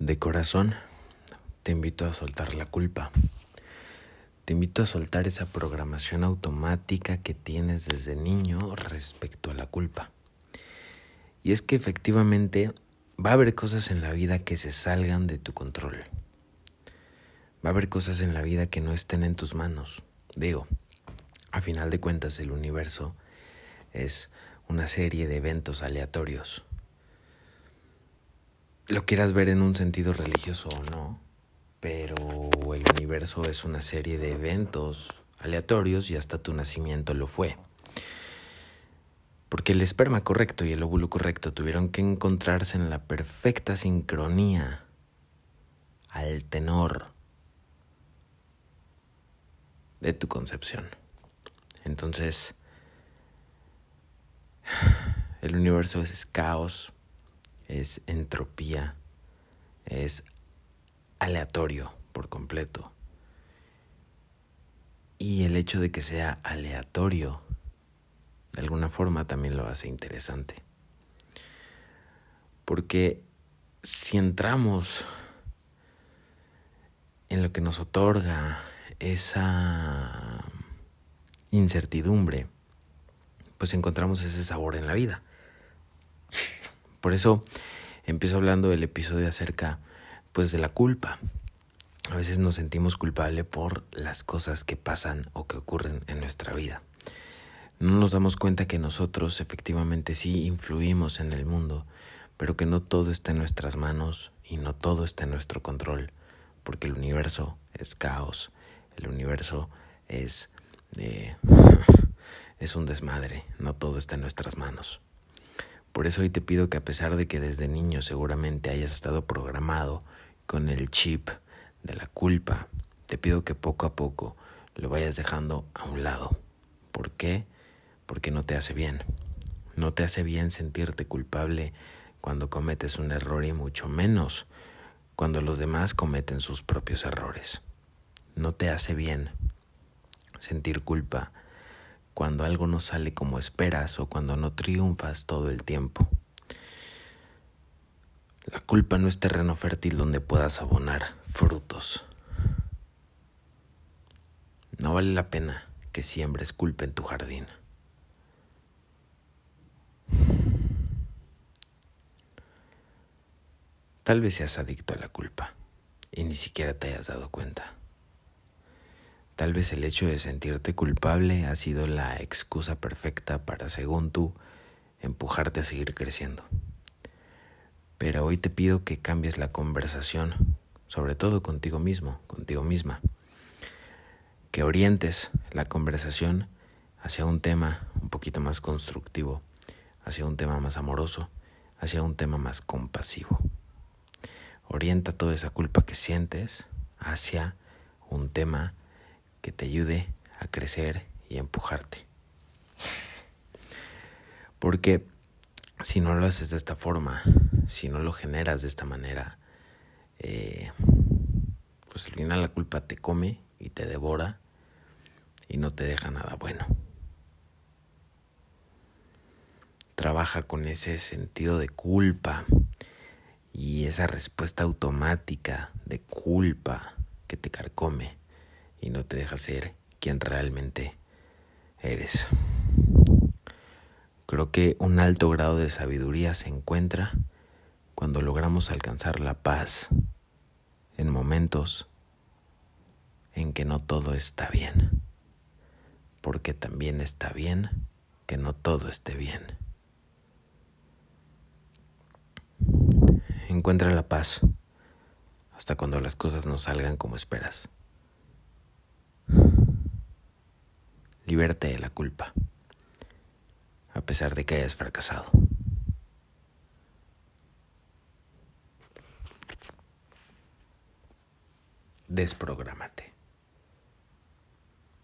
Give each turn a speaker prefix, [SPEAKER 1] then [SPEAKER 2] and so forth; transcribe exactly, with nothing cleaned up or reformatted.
[SPEAKER 1] De corazón, te invito a soltar la culpa. Te invito a soltar esa programación automática que tienes desde niño respecto a la culpa. Y es que efectivamente va a haber cosas en la vida que se salgan de tu control. Va a haber cosas en la vida que no estén en tus manos. Digo, a final de cuentas el universo es una serie de eventos aleatorios. Lo quieras ver en un sentido religioso o no, pero el universo es una serie de eventos aleatorios y hasta tu nacimiento lo fue. Porque el esperma correcto y el óvulo correcto tuvieron que encontrarse en la perfecta sincronía, al tenor de tu concepción. Entonces, el universo es caos, es entropía, es aleatorio por completo. Y el hecho de que sea aleatorio, de alguna forma también lo hace interesante. Porque si entramos en lo que nos otorga esa incertidumbre, pues encontramos ese sabor en la vida. Por eso empiezo hablando del episodio acerca pues de la culpa. A veces nos sentimos culpables por las cosas que pasan o que ocurren en nuestra vida. No nos damos cuenta que nosotros efectivamente sí influimos en el mundo, pero que no todo está en nuestras manos y no todo está en nuestro control, porque el universo es caos, el universo es, eh, es un desmadre, no todo está en nuestras manos. Por eso hoy te pido que a pesar de que desde niño seguramente hayas estado programado con el chip de la culpa, te pido que poco a poco lo vayas dejando a un lado. ¿Por qué? Porque no te hace bien. No te hace bien sentirte culpable cuando cometes un error y mucho menos cuando los demás cometen sus propios errores. No te hace bien sentir culpa cuando algo no sale como esperas o cuando no triunfas todo el tiempo. La culpa no es terreno fértil donde puedas abonar frutos. No vale la pena que siembres culpa en tu jardín. Tal vez seas adicto a la culpa y ni siquiera te hayas dado cuenta. Tal vez el hecho de sentirte culpable ha sido la excusa perfecta para, según tú, empujarte a seguir creciendo. Pero hoy te pido que cambies la conversación, sobre todo contigo mismo, contigo misma. Que orientes la conversación hacia un tema un poquito más constructivo, hacia un tema más amoroso, hacia un tema más compasivo. Orienta toda esa culpa que sientes hacia un tema que te ayude a crecer y a empujarte. Porque si no lo haces de esta forma, si no lo generas de esta manera, eh, pues al final la culpa te come y te devora y no te deja nada bueno. Trabaja con ese sentido de culpa y esa respuesta automática de culpa que te carcome y no te deja ser quien realmente eres. Creo que un alto grado de sabiduría se encuentra cuando logramos alcanzar la paz en momentos en que no todo está bien, porque también está bien que no todo esté bien. Encuentra la paz hasta cuando las cosas no salgan como esperas. Libérate de la culpa, a pesar de que hayas fracasado. Desprográmate.